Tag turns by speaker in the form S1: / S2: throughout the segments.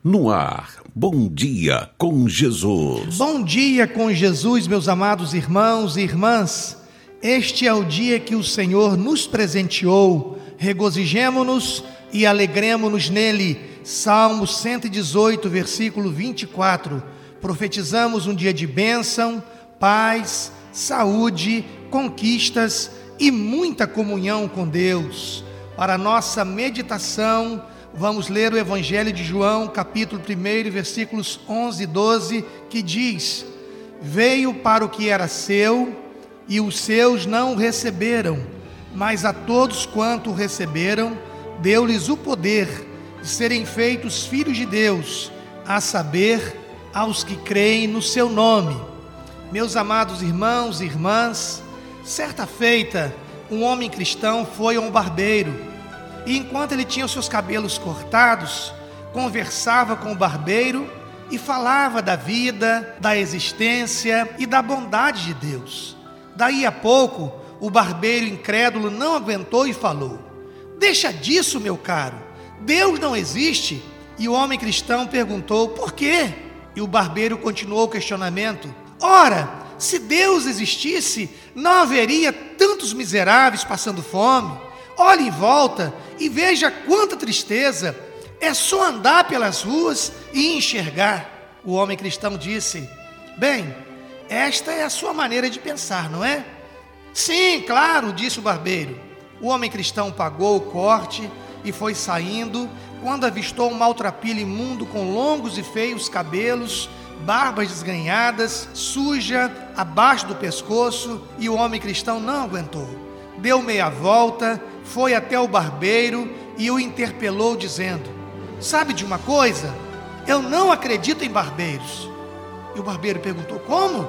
S1: No ar, Bom Dia com Jesus.
S2: Bom dia com Jesus, meus amados irmãos e irmãs. Este é o dia que o Senhor nos presenteou. Regozijemo-nos e alegremo-nos nele. Salmo 118, versículo 24. Profetizamos um dia de bênção, paz, saúde, conquistas e muita comunhão com Deus. Para a nossa meditação, vamos ler o Evangelho de João, capítulo 1, versículos 11 e 12, que diz: Veio para o que era seu, e os seus não o receberam, mas a todos quanto o receberam, deu-lhes o poder de serem feitos filhos de Deus, a saber, aos que creem no seu nome. Meus amados irmãos e irmãs, certa feita, um homem cristão foi a um barbeiro, e enquanto ele tinha os seus cabelos cortados, conversava com o barbeiro e falava da vida, da existência e da bondade de Deus. Daí a pouco, o barbeiro incrédulo não aguentou e falou: Deixa disso, meu caro, Deus não existe. E o homem cristão perguntou: Por quê? E o barbeiro continuou o questionamento: Ora, se Deus existisse, não haveria tantos miseráveis passando fome. Olhe em volta e veja quanta tristeza. É só andar pelas ruas e enxergar. O homem cristão disse: Bem, esta é a sua maneira de pensar, não é? Sim, claro, disse o barbeiro. O homem cristão pagou o corte e foi saindo, quando avistou um maltrapilho imundo com longos e feios cabelos, barbas desgrenhadas, suja abaixo do pescoço, e o homem cristão não aguentou. Deu meia volta, foi até o barbeiro e o interpelou dizendo: Sabe de uma coisa? Eu não acredito em barbeiros. E o barbeiro perguntou: Como?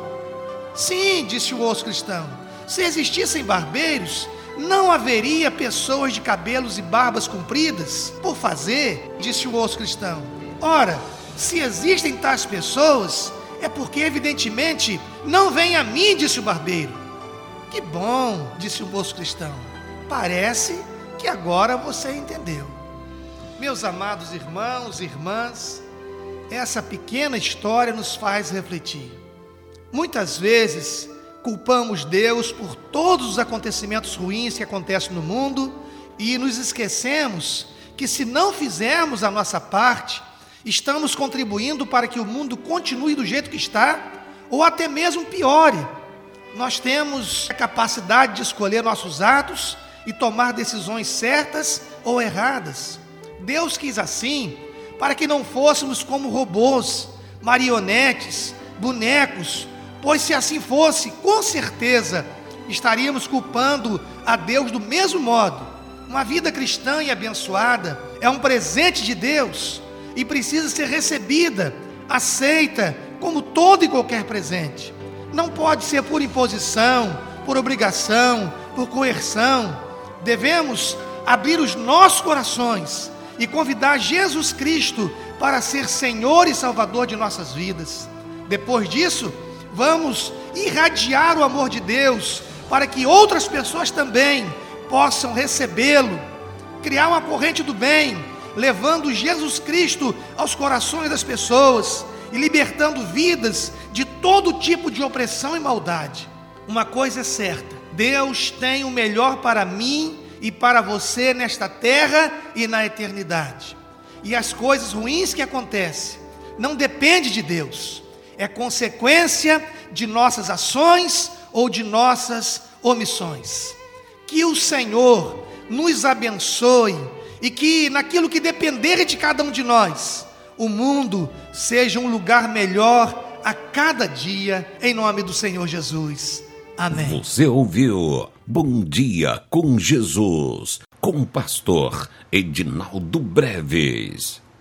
S2: Sim, disse o moço cristão, se existissem barbeiros, não haveria pessoas de cabelos e barbas compridas por fazer, disse o moço cristão. Ora, se existem tais pessoas, é porque evidentemente não vêm a mim, disse o barbeiro. Que bom, disse o moço cristão, parece que agora você entendeu. Meus amados irmãos e irmãs, essa pequena história nos faz refletir. Muitas vezes culpamos Deus por todos os acontecimentos ruins que acontecem no mundo e nos esquecemos que, se não fizermos a nossa parte, estamos contribuindo para que o mundo continue do jeito que está ou até mesmo piore. Nós temos a capacidade de escolher nossos atos e tomar decisões certas ou erradas. Deus quis assim para que não fôssemos como robôs, marionetes, bonecos, pois se assim fosse, com certeza estaríamos culpando a Deus do mesmo modo. Uma vida cristã e abençoada é um presente de Deus e precisa ser recebida, aceita como todo e qualquer presente. Não pode ser por imposição, por obrigação, por coerção. Devemos abrir os nossos corações e convidar Jesus Cristo para ser Senhor e Salvador de nossas vidas. Depois disso, vamos irradiar o amor de Deus para que outras pessoas também possam recebê-lo. Criar uma corrente do bem, levando Jesus Cristo aos corações das pessoas e libertando vidas de todo tipo de opressão e maldade. Uma coisa é certa: Deus tem o melhor para mim e para você nesta terra e na eternidade. E as coisas ruins que acontecem não dependem de Deus, é consequência de nossas ações ou de nossas omissões. Que o Senhor nos abençoe e que, naquilo que depender de cada um de nós, o mundo seja um lugar melhor a cada dia, em nome do Senhor Jesus. Amém.
S1: Você ouviu Bom Dia com Jesus, com o pastor Edinaldo Breves.